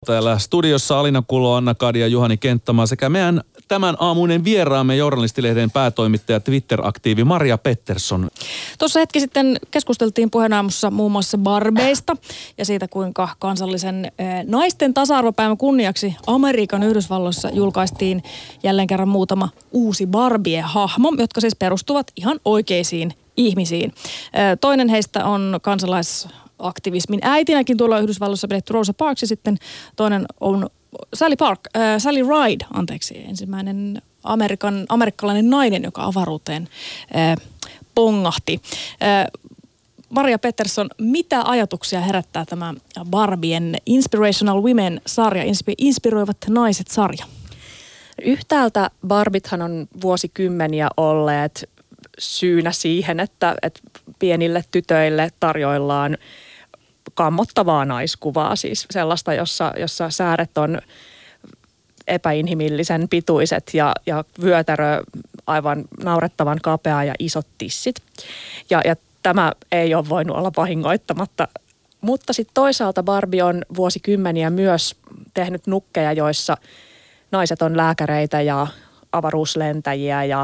Täällä studiossa Alina Kulo, Anna Kadi ja Juhani Kenttämaa sekä meidän tämän aamuinen vieraamme Journalistilehden päätoimittaja Twitter-aktiivi Maria Pettersson. Tuossa hetki sitten keskusteltiin puheenaamussa muun muassa Barbeista ja siitä, kuinka kansallisen naisten tasa-arvopäivän kunniaksi Amerikan Yhdysvalloissa julkaistiin jälleen kerran muutama uusi Barbie-hahmo, jotka siis perustuvat ihan oikeisiin ihmisiin. Toinen heistä on kansalaisaktivismin äitinäkin tuolla Yhdysvalloissa pidetty Rosa Parks ja sitten toinen on Sally Ride, ensimmäinen amerikkalainen nainen, joka avaruuteen pongahti. Maria Pettersson, mitä ajatuksia herättää tämä Barbien Inspirational Women-sarja, inspiroivat naiset-sarja? Yhtäältä Barbithan on vuosikymmeniä olleet syynä siihen, että pienille tytöille tarjoillaan kammottavaa naiskuvaa, siis sellaista, jossa sääret on epäinhimillisen pituiset ja vyötärö aivan naurettavan kapea ja isot tissit. Ja tämä ei ole voinut olla vahingoittamatta. Mutta sitten toisaalta Barbie on vuosikymmeniä myös tehnyt nukkeja, joissa naiset on lääkäreitä ja avaruuslentäjiä ja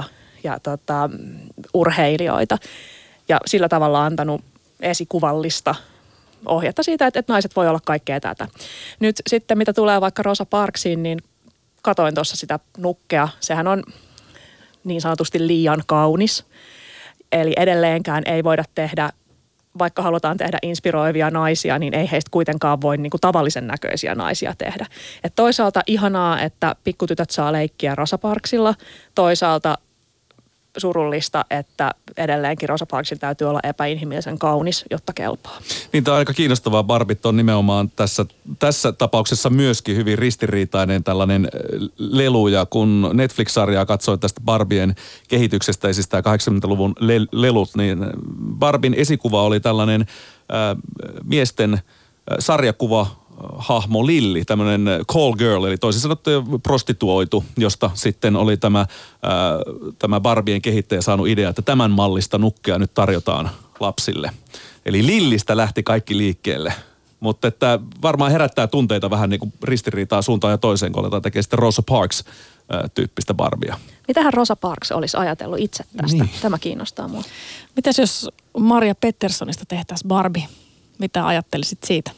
urheilijoita. Ja sillä tavalla antanut esikuvallista ohjetta siitä, että naiset voi olla kaikkea tätä. Nyt sitten mitä tulee vaikka Rosa Parksiin, niin katoin tuossa sitä nukkea. Sehän on niin sanotusti liian kaunis. Eli edelleenkään ei voida tehdä, vaikka halutaan tehdä inspiroivia naisia, niin ei heistä kuitenkaan voi niin kuin tavallisen näköisiä naisia tehdä. Et toisaalta ihanaa, että pikkutytöt saa leikkiä Rosa Parksilla. Toisaalta surullista, että edelleenkin Rosa Parksin täytyy olla epäinhimillisen kaunis, jotta kelpaa. Niin, tämä on aika kiinnostavaa. Barbit on nimenomaan tässä tapauksessa myöskin hyvin ristiriitainen tällainen lelu, ja kun Netflix-sarjaa katsoi tästä Barbien kehityksestä, siis tämä 80-luvun lelut, niin Barbin esikuva oli tällainen miesten sarjakuva hahmo Lilli, tämmöinen call girl, eli toisin sanottu prostituoitu, josta sitten oli tämä Barbien kehittäjä saanut idea, että tämän mallista nukkea nyt tarjotaan lapsille. Eli Lillistä lähti kaikki liikkeelle, mutta että varmaan herättää tunteita vähän niin kuin ristiriitaa suuntaan ja toiseen, kun aletaan tekemään sitten Rosa Parks-tyyppistä Barbia. Mitähän Rosa Parks olisi ajatellut itse tästä? Niin. Tämä kiinnostaa mua. Mitäs jos Maria Petterssonista tehtäisiin Barbie? Mitä ajattelisit siitä?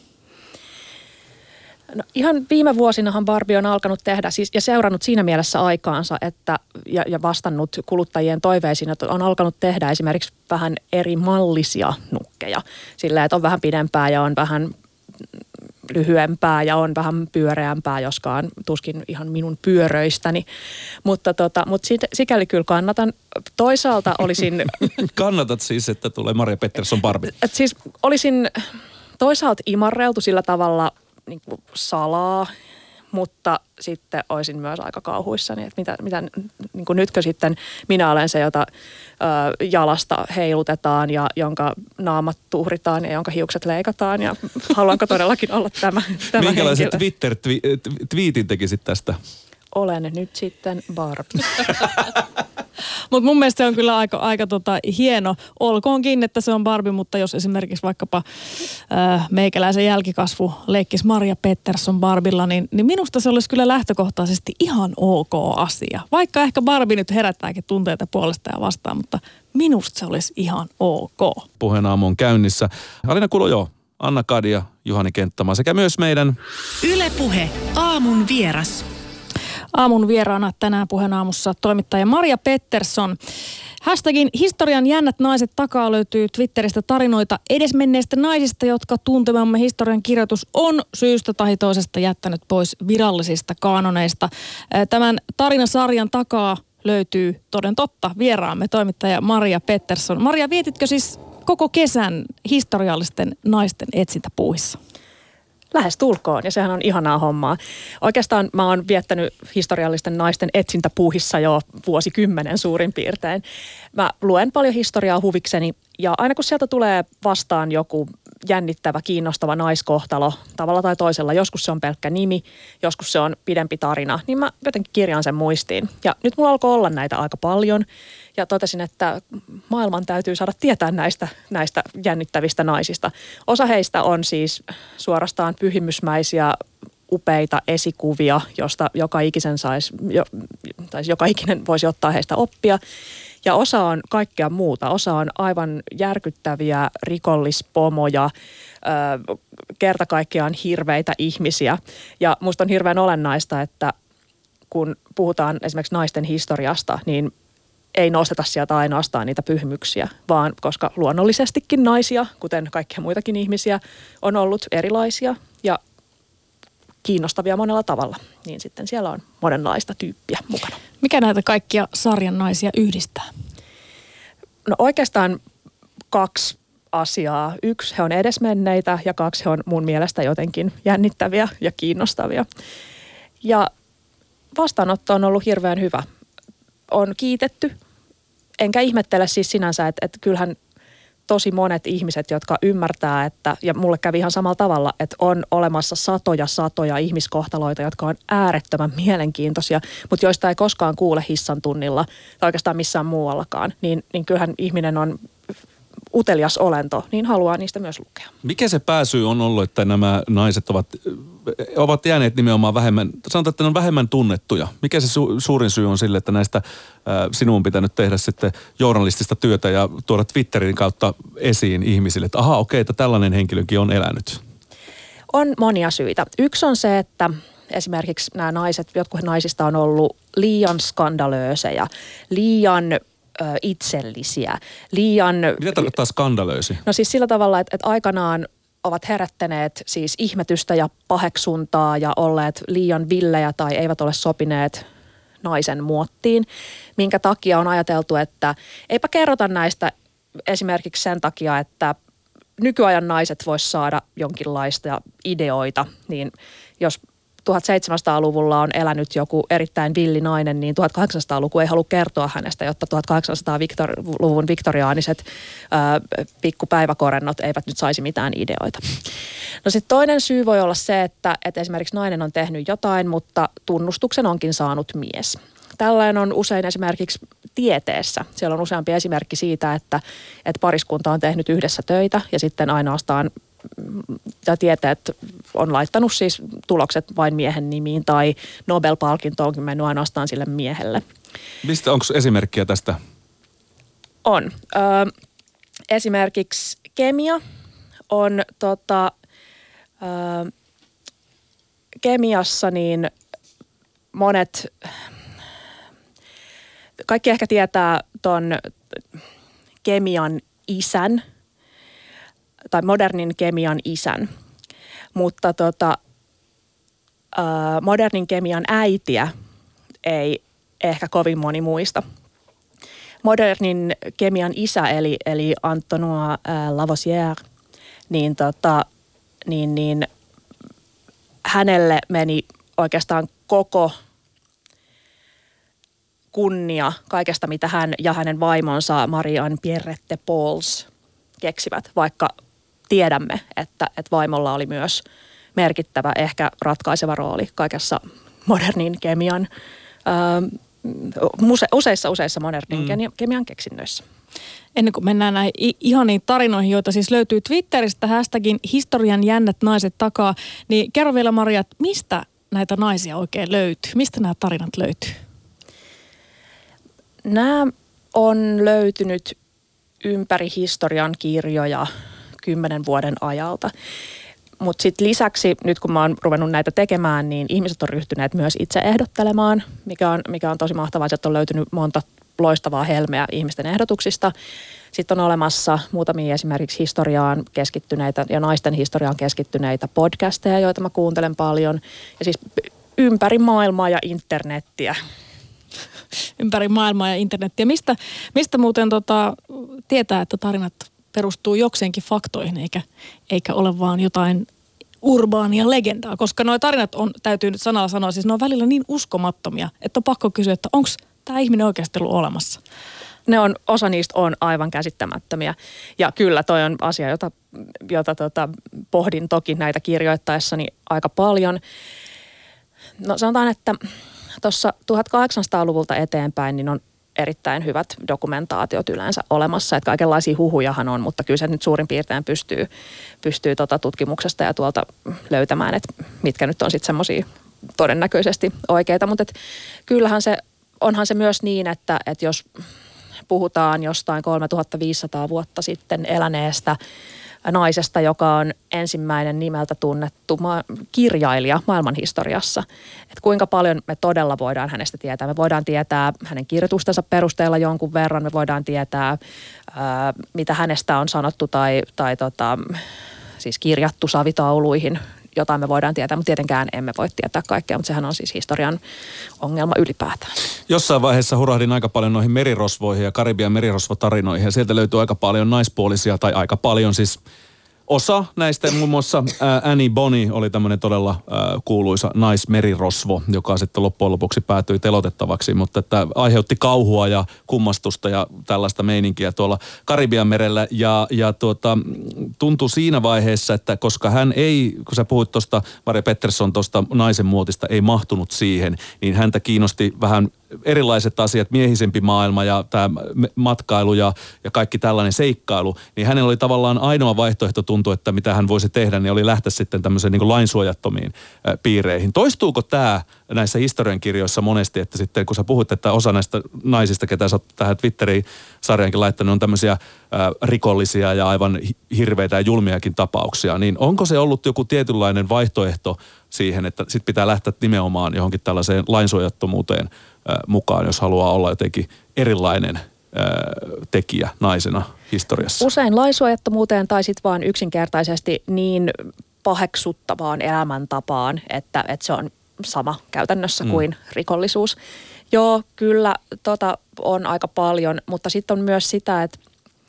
No, ihan viime vuosinahan Barbie on alkanut tehdä siis, ja seurannut siinä mielessä aikaansa ja vastannut kuluttajien toiveisiin, että on alkanut tehdä esimerkiksi vähän eri mallisia nukkeja. Sillä että on vähän pidempää ja on vähän lyhyempää ja on vähän pyöreämpää, joskaan tuskin ihan minun pyöröistäni. Mutta sikäli kyllä kannatan. Toisaalta olisin... Kannatat siis, että tulee Maria Pettersson Barbie? Siis olisin toisaalta imarreltu sillä tavalla niin kuin salaa, mutta sitten olisin myös aika kauhuissani, että mitä niin kuin nytkö sitten minä olen se, jota jalasta heilutetaan ja jonka naamat tuhritaan ja jonka hiukset leikataan ja haluanko todellakin olla tämä Minkälaisen henkilö? Twitter-twiitin tekisit tästä? Olen nyt sitten Barbie. Mutta mun mielestä se on kyllä aika hieno. Olkoonkin, että se on Barbie, mutta jos esimerkiksi vaikkapa meikäläisen jälkikasvu leikkisi Maria Pettersson Barbilla, niin minusta se olisi kyllä lähtökohtaisesti ihan ok asia. Vaikka ehkä Barbie nyt herättääkin tunteita puolesta ja vastaan, mutta minusta se olisi ihan ok. Puheenaamu on käynnissä. Alina Kulo, Anna Kadi ja Juhani Kenttämaa sekä myös meidän Yle Puhe, aamun vieras. Aamun vieraana tänään puheenaamussa toimittaja Maria Pettersson. Hashtagin historian jännät naiset takaa löytyy Twitteristä tarinoita edesmenneistä naisista, jotka tuntemamme historian kirjoitus on syystä tai toisesta jättänyt pois virallisista kaanoneista. Tämän tarinasarjan takaa löytyy toden totta vieraamme toimittaja Maria Pettersson. Maria, vietitkö siis koko kesän historiallisten naisten etsintäpuuhissa? Lähes tulkoon, ja sehän on ihanaa hommaa. Oikeastaan mä oon viettänyt historiallisten naisten etsintäpuuhissa jo vuosikymmenen suurin piirtein. Mä luen paljon historiaa huvikseni, ja aina kun sieltä tulee vastaan joku jännittävä, kiinnostava naiskohtalo tavalla tai toisella, joskus se on pelkkä nimi, joskus se on pidempi tarina, niin mä jotenkin kirjaan sen muistiin. Ja nyt mulla alkoi olla näitä aika paljon, ja totesin, että maailman täytyy saada tietää näistä jännittävistä naisista. Osa heistä on siis suorastaan pyhimysmäisiä upeita esikuvia, josta joka ikinen voisi ottaa heistä oppia. Ja osa on kaikkea muuta. Osa on aivan järkyttäviä rikollispomoja, kerta kaikkiaan hirveitä ihmisiä. Ja musta on hirveän olennaista, että kun puhutaan esimerkiksi naisten historiasta, niin ei nosteta sieltä ainoastaan niitä pyhimyksiä, vaan koska luonnollisestikin naisia, kuten kaikkia muitakin ihmisiä, on ollut erilaisia ja kiinnostavia monella tavalla, niin sitten siellä on monenlaista tyyppiä mukana. Mikä näitä kaikkia sarjan naisia yhdistää? No oikeastaan 2 asiaa. 1, he on edesmenneitä ja 2, he on mun mielestä jotenkin jännittäviä ja kiinnostavia. Ja vastaanotto on ollut hirveän hyvä. On kiitetty, enkä ihmettele siis sinänsä, että kyllähän tosi monet ihmiset, jotka ymmärtää, ja mulle kävi ihan samalla tavalla, että on olemassa satoja ihmiskohtaloita, jotka on äärettömän mielenkiintoisia, mutta joista ei koskaan kuule hissan tunnilla tai oikeastaan missään muuallakaan, niin kyllähän ihminen on utelias olento, niin haluaa niistä myös lukea. Mikä se pääsyy on ollut, että nämä naiset ovat jääneet nimenomaan vähemmän, sanotaan, että ne on vähemmän tunnettuja? Mikä se suurin syy on sille, että näistä sinun on pitänyt tehdä sitten journalistista työtä ja tuoda Twitterin kautta esiin ihmisille, että että tällainen henkilökin on elänyt? On monia syitä. 1 on se, että esimerkiksi nämä naiset, jotkut naisista on ollut liian skandalöösejä, liian itsellisiä, Mitä tarkoittaa skandalöösi? No siis sillä tavalla, että aikanaan ovat herättäneet siis ihmetystä ja paheksuntaa ja olleet liian villejä tai eivät ole sopineet naisen muottiin, minkä takia on ajateltu, että eipä kerrota näistä esimerkiksi sen takia, että nykyajan naiset vois saada jonkinlaista ideoita, niin jos 1700-luvulla on elänyt joku erittäin villi nainen, niin 1800-luku ei halua kertoa hänestä, jotta 1800-luvun viktoriaaniset pikkupäiväkorennot eivät nyt saisi mitään ideoita. No sitten toinen syy voi olla se, että esimerkiksi nainen on tehnyt jotain, mutta tunnustuksen onkin saanut mies. Tällainen on usein esimerkiksi tieteessä. Siellä on useampi esimerkki siitä, että pariskunta on tehnyt yhdessä töitä ja sitten ainoastaan tieteet on laittanut siis tulokset vain miehen nimiin tai Nobel-palkinto onkin mennyt ainoastaan sille miehelle. Onko esimerkkiä tästä? On. Esimerkiksi kemia on kemiassa niin monet, kaikki ehkä tietää ton kemian isän, tai modernin kemian isän, mutta modernin kemian äitiä ei ehkä kovin moni muista. Modernin kemian isä eli Antoine Lavoisier, niin hänelle meni oikeastaan koko kunnia kaikesta, mitä hän ja hänen vaimonsa Marie-Anne Pierrette Pauls keksivät, vaikka tiedämme, että vaimolla oli myös merkittävä, ehkä ratkaiseva rooli kaikessa modernin kemian, useissa modernin kemian keksinnöissä. Ennen kuin mennään näihin ihaniin tarinoihin, joita siis löytyy Twitteristä hashtagin historian jännät naiset takaa, niin kerro vielä Maria, että mistä näitä naisia oikein löytyy? Mistä nämä tarinat löytyy? Nämä on löytynyt ympäri historian kirjoja 10 vuoden ajalta. Mutta sitten lisäksi, nyt kun mä oon ruvennut näitä tekemään, niin ihmiset on ryhtyneet myös itse ehdottelemaan, mikä on tosi mahtavaa, että on löytynyt monta loistavaa helmeä ihmisten ehdotuksista. Sitten on olemassa muutamia esimerkiksi historiaan keskittyneitä ja naisten historiaan keskittyneitä podcasteja, joita mä kuuntelen paljon. Ja siis ympäri maailmaa ja internettiä. Ympäri maailmaa ja internettiä. Mistä muuten tietää, että tarinat perustuu jokseenkin faktoihin eikä ole vaan jotain urbaania legendaa, koska nuo tarinat on, täytyy nyt sanalla sanoa, siis ne on välillä niin uskomattomia, että on pakko kysyä, että onko tämä ihminen oikeasti ollut olemassa? Osa niistä on aivan käsittämättömiä. Ja kyllä toi on asia, jota pohdin toki näitä kirjoittaessani aika paljon. No sanotaan, että tuossa 1800-luvulta eteenpäin niin on erittäin hyvät dokumentaatiot yleensä olemassa. Että kaikenlaisia huhujahan on, mutta kyllä se nyt suurin piirtein pystyy tutkimuksesta ja tuolta löytämään, että mitkä nyt on sitten semmoisia todennäköisesti oikeita. Mutta kyllähän onhan se myös niin, että jos puhutaan jostain 3500 vuotta sitten eläneestä naisesta, joka on ensimmäinen nimeltä tunnettu kirjailija maailmanhistoriassa. Että kuinka paljon me todella voidaan hänestä tietää. Me voidaan tietää hänen kirjoitustensa perusteella jonkun verran. Me voidaan tietää, mitä hänestä on sanottu tai siis kirjattu savitauluihin. Jotain me voidaan tietää, mutta tietenkään emme voi tietää kaikkea, mutta sehän on siis historian ongelma ylipäätään. Jossain vaiheessa hurahdin aika paljon noihin merirosvoihin ja Karibian merirosvotarinoihin ja sieltä löytyy aika paljon naispuolisia tai aika paljon siis osa näistä, muun muassa Annie Bonny oli tämmöinen todella kuuluisa naismerirosvo, joka sitten loppujen lopuksi päätyi telotettavaksi, mutta että aiheutti kauhua ja kummastusta ja tällaista meininkiä tuolla Karibian merellä ja tuntui siinä vaiheessa, että koska hän ei, kun sä puhuit tuosta, Maria Pettersson tuosta naisen muotista, ei mahtunut siihen, niin häntä kiinnosti vähän erilaiset asiat, miehisempi maailma ja tämä matkailu ja kaikki tällainen seikkailu, niin hänellä oli tavallaan ainoa vaihtoehto tuntui, että mitä hän voisi tehdä, niin oli lähteä sitten tämmöiseen niin kuin lainsuojattomiin piireihin. Toistuuko tämä näissä historiankirjoissa monesti, että sitten kun sä puhut, että osa näistä naisista, ketä sä oot tähän Twitteriin-sarjankin laittanut, on tämmöisiä rikollisia ja aivan hirveitä ja julmiakin tapauksia, niin onko se ollut joku tietynlainen vaihtoehto siihen, että sit pitää lähteä nimenomaan johonkin tällaiseen lainsuojattomuuteen mukaan, jos haluaa olla jotenkin erilainen tekijä naisena historiassa? Usein lainsuojattomuuteen tai sitten vaan yksinkertaisesti niin paheksuttavaan elämäntapaan, että se on sama käytännössä kuin rikollisuus. Joo, kyllä on aika paljon, mutta sitten on myös sitä, että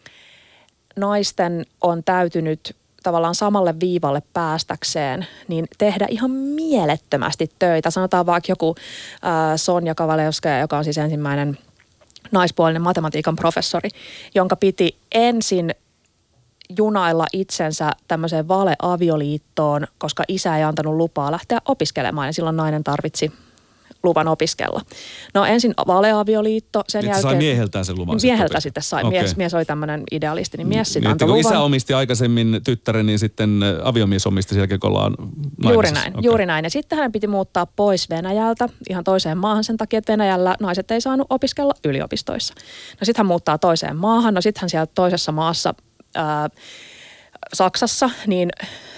naisten on täytynyt tavallaan samalle viivalle päästäkseen, niin tehdä ihan mielettömästi töitä. Sanotaan vaikka joku Sonja Kavalevskaja, joka on siis ensimmäinen naispuolinen matematiikan professori, jonka piti ensin junailla itsensä tämmöiseen valeavioliittoon, koska isä ei antanut lupaa lähteä opiskelemaan ja silloin nainen tarvitsi luvan opiskella. No ensin valeavioliitto, sen jälkeen... sai mieheltään sen luvan? Mieheltä sitten sai. Okay. Mies oli tämmöinen idealisti, niin mies sitten antoi luvan. Kun isä omisti aikaisemmin tyttären, niin sitten aviomies omisti sen jälkeen, kun ollaan naimisissa. Juuri näin. Ja sitten hän piti muuttaa pois Venäjältä ihan toiseen maahan sen takia, että Venäjällä naiset ei saanut opiskella yliopistoissa. No sitten hän muuttaa toiseen maahan. No sitten hän siellä toisessa maassa, Saksassa, niin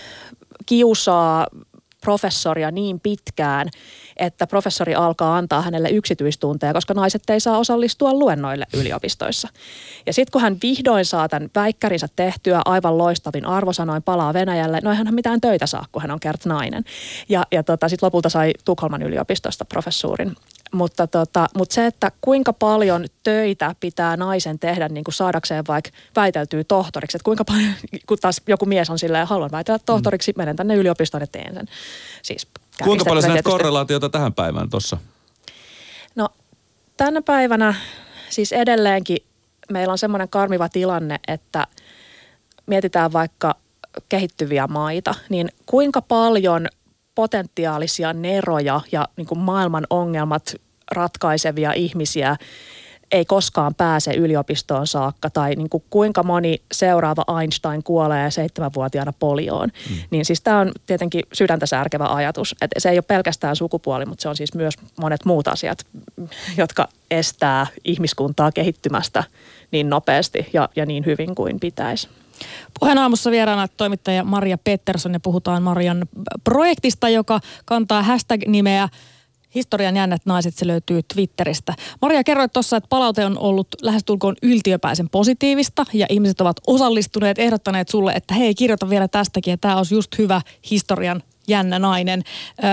kiusaa professoria niin pitkään, että professori alkaa antaa hänelle yksityistunteja, koska naiset ei saa osallistua luennoille yliopistoissa. Ja sitten kun hän vihdoin saa tämän väikkärinsä tehtyä aivan loistavin arvosanoin, palaa Venäjälle, no eihän hän mitään töitä saa, kun hän on kert nainen. Ja sitten lopulta sai Tukholman yliopistosta professuurin. Mutta se, että kuinka paljon töitä pitää naisen tehdä niin kuin saadakseen vaikka väiteltyä tohtoriksi, että kuinka paljon, kun taas joku mies on silleen, haluan väitellä tohtoriksi, menen tänne yliopistoon ja teen sen. Siis kuinka paljon sä näet korrelaatiota tähän päivään tuossa? No tänä päivänä siis edelleenkin meillä on semmoinen karmiva tilanne, että mietitään vaikka kehittyviä maita, niin kuinka paljon potentiaalisia neroja ja niin kuin maailman ongelmat ratkaisevia ihmisiä ei koskaan pääse yliopistoon saakka tai niin kuin kuinka moni seuraava Einstein kuolee 7-vuotiaana polioon. Niin siis tämä on tietenkin sydäntä särkevä ajatus. Että se ei ole pelkästään sukupuoli, mutta se on siis myös monet muut asiat, jotka estää ihmiskuntaa kehittymästä niin nopeasti ja niin hyvin kuin pitäisi. Puheen aamussa vieraana toimittaja Maria Pettersson ja puhutaan Marian projektista, joka kantaa hashtag-nimeä Historian jännät naiset, se löytyy Twitteristä. Maria, kerroit tuossa, että palaute on ollut lähestulkoon yltiöpäisen positiivista ja ihmiset ovat osallistuneet, ehdottaneet sulle, että hei, kirjoita vielä tästäkin ja tämä olisi just hyvä historian jännä nainen.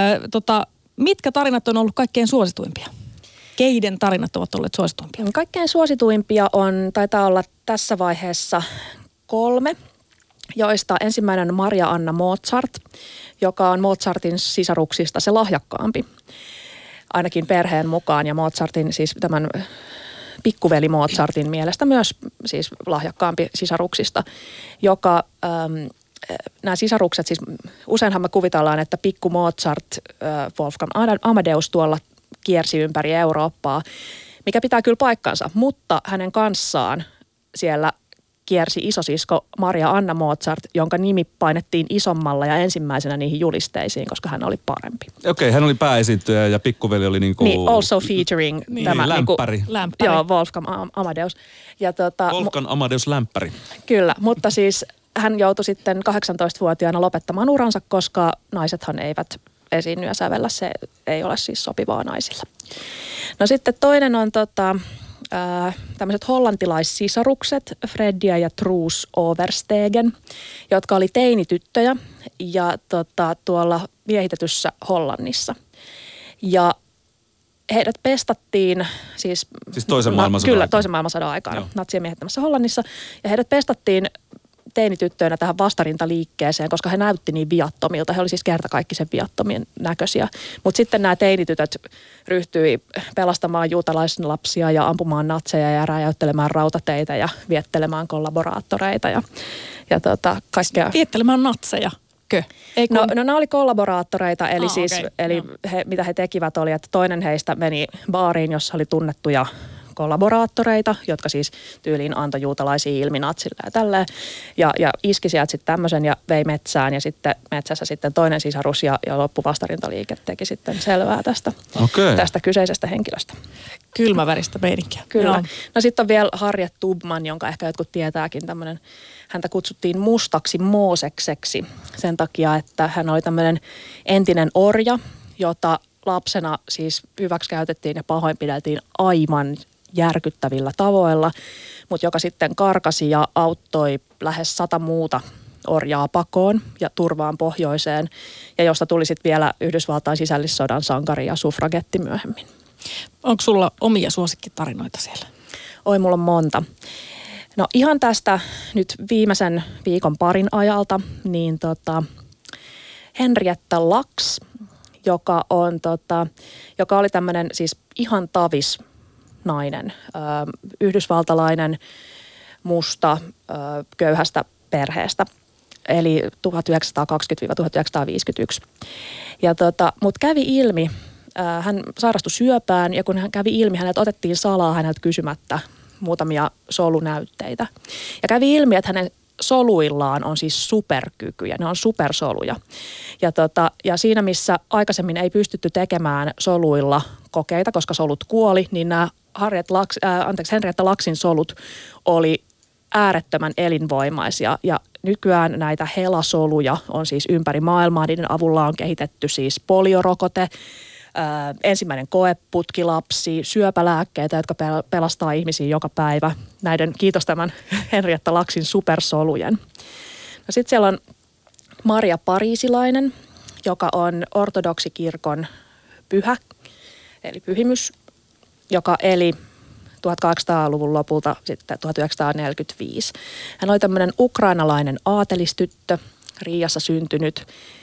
Mitkä tarinat on ollut kaikkein suosituimpia? Keiden tarinat ovat olleet suosituimpia? Kaikkein suosituimpia taitaa olla tässä vaiheessa 3, joista ensimmäinen on Maria Anna Mozart, joka on Mozartin sisaruksista se lahjakkaampi. Ainakin perheen mukaan ja Mozartin, siis tämän pikkuveli Mozartin mielestä myös siis lahjakkaampi sisaruksista, joka nämä sisarukset, siis useinhan me kuvitellaan, että pikku Mozart, Wolfgang Amadeus tuolla kiersi ympäri Eurooppaa, mikä pitää kyllä paikkansa, mutta hänen kanssaan siellä kiersi isosisko Maria Anna Mozart, jonka nimi painettiin isommalla ja ensimmäisenä niihin julisteisiin, koska hän oli parempi. Okei, hän oli pääesiintyjä ja pikkuveli oli niinku... Niin, also featuring tämä... lämpäri. Lämpäri. Joo, Wolfgang Amadeus. Ja Wolfgang Amadeus lämpäri. Kyllä, mutta siis hän joutui sitten 18-vuotiaana lopettamaan uransa, koska naisethan eivät esiinny ja sävellä. Se ei ole siis sopivaa naisilla. No sitten toinen on tämmöiset hollantilaissisarukset, Fredja ja Truus Overstegen, jotka oli teinityttöjä ja tuolla miehitetyssä Hollannissa. Ja heidät pestattiin siis toisen maailmansodan kyllä, aikana. toisen maailmansodan aikana Joo. natsien miehittämässä Hollannissa. Ja heidät pestattiin teinityttöinä tähän vastarintaliikkeeseen, koska he näytti niin viattomilta. He oli siis kertakaikkisen viattomien näköisiä. Mutta sitten nämä teinitytöt ryhtyi pelastamaan juutalaislapsia ja ampumaan natseja ja räjäyttelemään rautateitä ja viettelemään kollaboraattoreita ja kaikkea. Viettelemään natseja. No nämä oli kollaboraattoreita, eli okei. eli mitä he tekivät oli, että toinen heistä meni baariin, jossa oli tunnettuja kollaboraattoreita, jotka siis tyyliin antoi juutalaisia ilmi natsille ja tälleen. Ja iski sieltä sitten tämmöisen ja vei metsään ja sitten metsässä sitten toinen sisarus ja loppuvastarintaliike teki sitten selvää tästä kyseisestä henkilöstä. Kylmäväristä meininkiä. Kyllä. Joo. No sitten on vielä Harriet Tubman, jonka ehkä jotkut tietääkin tämmöinen. Häntä kutsuttiin mustaksi Moosekseksi sen takia, että hän oli tämmöinen entinen orja, jota lapsena siis hyväksikäytettiin ja pahoinpideltiin aivan järkyttävillä tavoilla, mutta joka sitten karkasi ja auttoi lähes 100 muuta orjaa pakoon ja turvaan pohjoiseen, ja josta tuli sitten vielä Yhdysvaltain sisällissodan sankari ja suffragetti myöhemmin. Onko sulla omia suosikkitarinoita siellä? Oi, mulla on monta. No ihan tästä nyt viimeisen viikon parin ajalta, niin Henrietta Lacks, joka oli tämmöinen siis ihan tavis nainen, yhdysvaltalainen, musta, köyhästä perheestä, eli 1920-1951. Mutta kävi ilmi, hän sairastui syöpään ja kun hän kävi ilmi, häneltä otettiin salaa häneltä kysymättä muutamia solunäytteitä. Ja kävi ilmi, että hänen soluillaan on siis superkykyjä, ne on supersoluja. Ja siinä, missä aikaisemmin ei pystytty tekemään soluilla kokeita, koska solut kuoli, niin nämä Henrietta Lacksin solut oli äärettömän elinvoimaisia. Ja nykyään näitä helasoluja on siis ympäri maailmaa, niiden avulla on kehitetty siis poliorokote, ensimmäinen koeputkilapsi, syöpälääkkeitä, jotka pelastaa ihmisiä joka päivä. Kiitos tämän Henrietta Lacksin supersolujen. No sitten siellä on Maria Pariisilainen, joka on ortodoksikirkon pyhä, eli pyhimys, joka eli 1800-luvun lopulta sitten 1945. Hän oli tämmöinen ukrainalainen aatelistyttö, Riiassa syntynyt,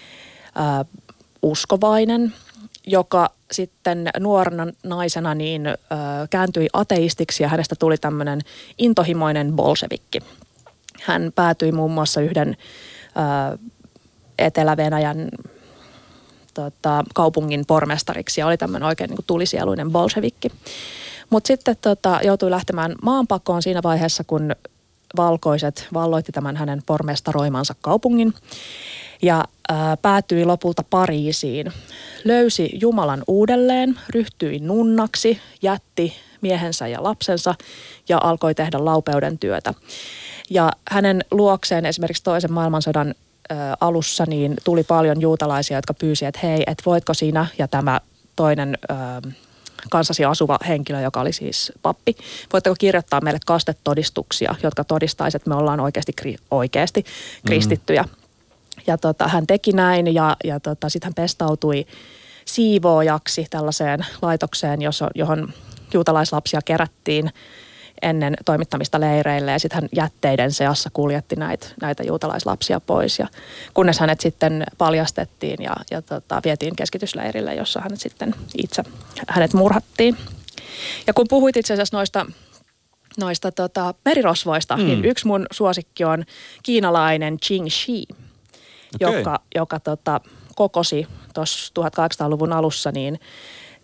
uskovainen, joka sitten nuorena naisena kääntyi ateistiksi ja hänestä tuli tämmöinen intohimoinen bolshevikki. Hän päätyi muun muassa yhden Etelä-Venäjän kaupungin pormestariksi ja oli tämmöinen oikein niin kuin tulisieluinen bolshevikki. Mutta sitten joutui lähtemään maanpakoon siinä vaiheessa, kun valkoiset valloitti tämän hänen pormestaroimansa kaupungin. Ja päätyi lopulta Pariisiin. Löysi Jumalan uudelleen, ryhtyi nunnaksi, jätti miehensä ja lapsensa ja alkoi tehdä laupeuden työtä. Ja hänen luokseen esimerkiksi toisen maailmansodan alussa niin tuli paljon juutalaisia, jotka pyysivät, että hei, et voitko sinä ja tämä toinen kanssasi asuva henkilö, joka oli siis pappi, voitteko kirjoittaa meille kastetodistuksia, jotka todistaisivat, että me ollaan oikeasti kristittyjä. Ja hän teki näin ja sitten hän pestautui siivoojaksi tällaiseen laitokseen, johon juutalaislapsia kerättiin ennen toimittamista leireille ja sitten hän jätteiden seassa kuljetti näitä juutalaislapsia pois. Ja kunnes hänet sitten paljastettiin ja vietiin keskitysleirille, jossa hänet murhattiin. Ja kun puhuit itse asiassa noista merirosvoista, niin yksi mun suosikki on kiinalainen Qing Shi. Okay. joka kokosi tuossa 1800-luvun alussa niin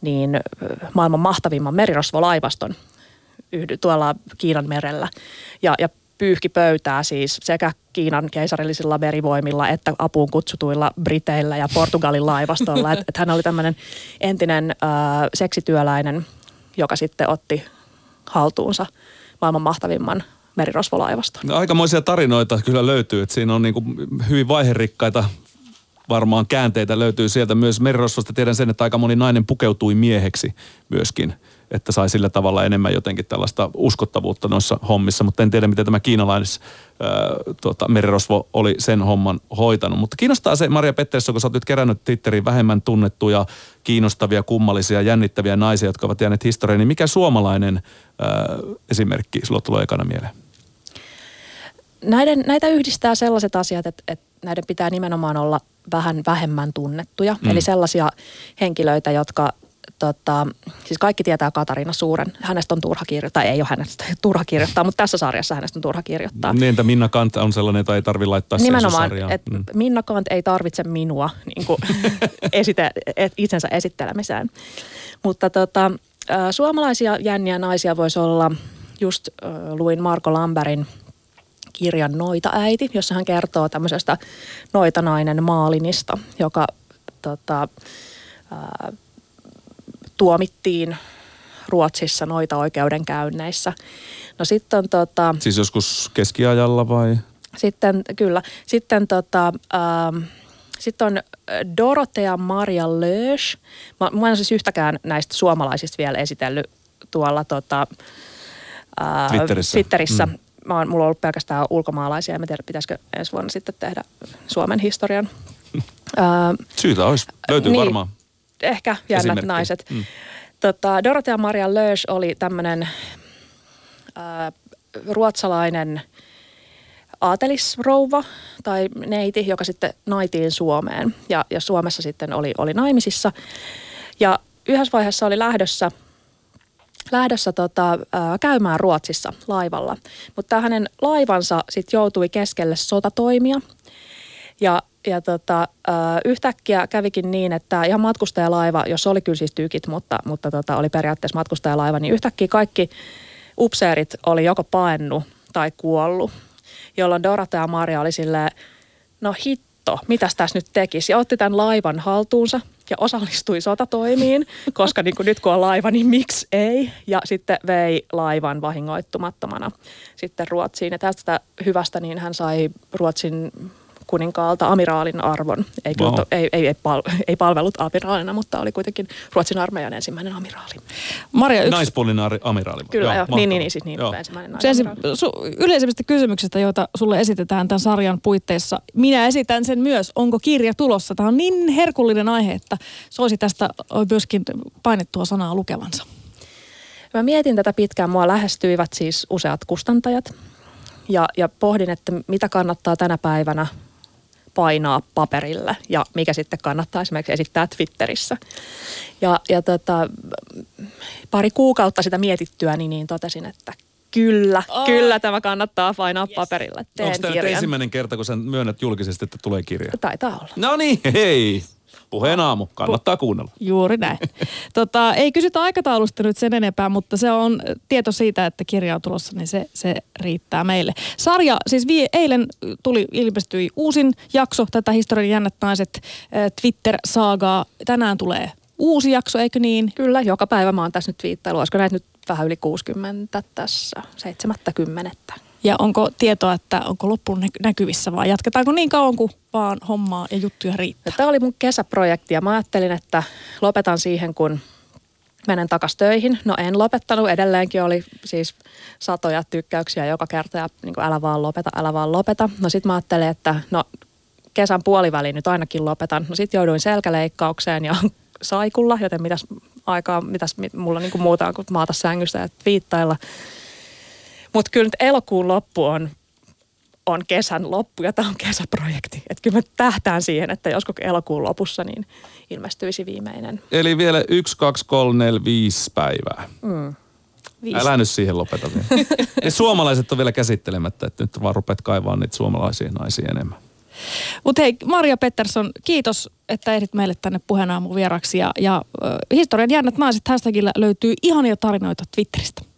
niin maailman mahtavimman merirosvolaivaston tuolla Kiinan merellä. Ja pyyhki pöytää siis sekä Kiinan keisarillisilla merivoimilla että apuun kutsutuilla Briteillä ja Portugalin laivastolla. Että hän oli tämmöinen entinen seksityöläinen, joka sitten otti haltuunsa maailman mahtavimman merirosvolaivaston. No, aikamoisia tarinoita kyllä löytyy, että siinä on niin kuin hyvin vaiherikkaita varmaan käänteitä löytyy sieltä myös merirosvosta. Tiedän sen, että aika moni nainen pukeutui mieheksi myöskin, että sai sillä tavalla enemmän jotenkin tällaista uskottavuutta noissa hommissa, mutta en tiedä, miten tämä kiinalais merirosvo oli sen homman hoitanut. Mutta kiinnostaa se, Maria Pettersson, kun sä oot nyt kerännyt Twitteriin vähemmän tunnettuja, kiinnosthavia, kummallisia, jännittäviä naisia, jotka ovat jääneet historiaan, niin mikä suomalainen esimerkki sulla tulee ekana mieleen? Näitä yhdistää sellaiset asiat, että näiden pitää nimenomaan olla vähän vähemmän tunnettuja. Eli sellaisia henkilöitä, jotka siis kaikki tietää Katariina Suuren. Hänestä on turha kirjoittaa, ei ole hänestä turha kirjoittaa, mutta tässä sarjassa hänestä on turha kirjoittaa. Niin, että Minna Kant on sellainen, jota ei tarvitse laittaa nimenomaan, että Minna Kant ei tarvitse minua niin kuin itsensä esittelemiseen. Mutta suomalaisia jänniä naisia voisi olla, just luin Marko Lambertin kirjan Noita-äiti, jossa hän kertoo tämmöisestä noitanainen Maalinista, joka tuomittiin Ruotsissa noita-oikeudenkäynneissä. No sitten on siis joskus keskiajalla vai? Sitten kyllä. Sitten sitten on Dorothea Maria Löösch. Mä en siis yhtäkään näistä suomalaisista vielä esitellyt tuolla Twitterissä. Mulla on ollut pelkästään ulkomaalaisia, ja mä tiedän, pitäisikö ensi vuonna sitten tehdä Suomen historian. Syytä olisi. Löytyy niin, varmaan. Ehkä jännät naiset. Dorothea Maria Löösch oli tämmöinen ruotsalainen aatelisrouva tai neiti, joka sitten naitiin Suomeen. Ja Suomessa sitten oli naimisissa. Ja yhdessä vaiheessa oli lähdössä käymään Ruotsissa laivalla. Mutta hänen laivansa sitten joutui keskelle sotatoimia. Ja yhtäkkiä kävikin niin, että ihan matkustajalaiva, jos oli kyllä siis tykit, mutta oli periaatteessa matkustajalaiva, niin yhtäkkiä kaikki upseerit oli joko paennut tai kuollut, jolloin Dorothea Maria oli silleen, no hitto, mitäs tässä nyt tekisi? Ja otti tämän laivan haltuunsa ja osallistui sotatoimiin, koska niin kuin nyt kun on laiva, niin miksi ei? Ja sitten vei laivan vahingoittumattomana sitten Ruotsiin. Ja tästä hyvästä niin hän sai Ruotsin kuninkaalta amiraalin arvon. Ei palvellut amiraalina, mutta oli kuitenkin Ruotsin armeijan ensimmäinen amiraali. Maria, naispuolinen amiraali. Kyllä, joo. Niin, ensimmäinen naisamiraali. Yleisemmistä kysymyksistä, joita sulle esitetään tämän sarjan puitteissa, minä esitän sen myös. Onko kirja tulossa? Tämä on niin herkullinen aihe, että soisi tästä myöskin painettua sanaa lukevansa. Mä mietin tätä pitkään. Mua lähestyivät siis useat kustantajat ja pohdin, että mitä kannattaa tänä päivänä painaa paperille ja mikä sitten kannattaa esimerkiksi esittää Twitterissä. Ja pari kuukautta sitä mietittyä, niin totesin, että kyllä tämä kannattaa painaa paperille. Onko tämä ensimmäinen kerta, kun sä myönnät julkisesti, että tulee kirja? Taitaa olla. No niin, hei. Puheen aamu. Kannattaa kuunnella. Juuri näin. Ei kysytä aikataulusta nyt sen enempää, mutta se on tieto siitä, että kirja on tulossa, niin se riittää meille. Sarja, siis eilen ilmestyi uusin jakso tätä Historian jännät naiset Twitter-saagaa. Tänään tulee uusi jakso, eikö niin? Kyllä, joka päivä mä oon tässä nyt twiittailu. Olisiko näitä nyt vähän yli 60 tässä, 70. Ja onko tietoa, että onko loppuun näkyvissä vai jatketaanko niin kauan kuin vaan hommaa ja juttuja riittää? Tämä oli mun kesäprojekti ja mä ajattelin, että lopetan siihen, kun menen takaisin töihin. No en lopettanut, edelleenkin oli siis satoja tykkäyksiä joka kerta ja niin kuin älä vaan lopeta. No sit mä ajattelin, että no kesän puoliväliin nyt ainakin lopetan. No sit jouduin selkäleikkaukseen ja saikulla, joten mitäs mulla niin kuin muuta kuin maata sängystä ja twiittailla. Mutta kyllä nyt elokuun loppu on kesän loppu ja tämä on kesäprojekti. Että kyllä mä tähtään siihen, että joskus elokuun lopussa niin ilmestyisi viimeinen. Eli vielä 1, 2, 3, 4, 5 päivää. 5. Älä nyt siihen lopeta vielä. Ja suomalaiset on vielä käsittelemättä, että nyt vaan rupeat kaivaa niitä suomalaisia naisia enemmän. Mutta hei, Maria Pettersson, kiitos, että ehdit meille tänne Puheen aamun vieraksi. Ja historian jännät naiset hashtagillä löytyy ihania tarinoita Twitteristä.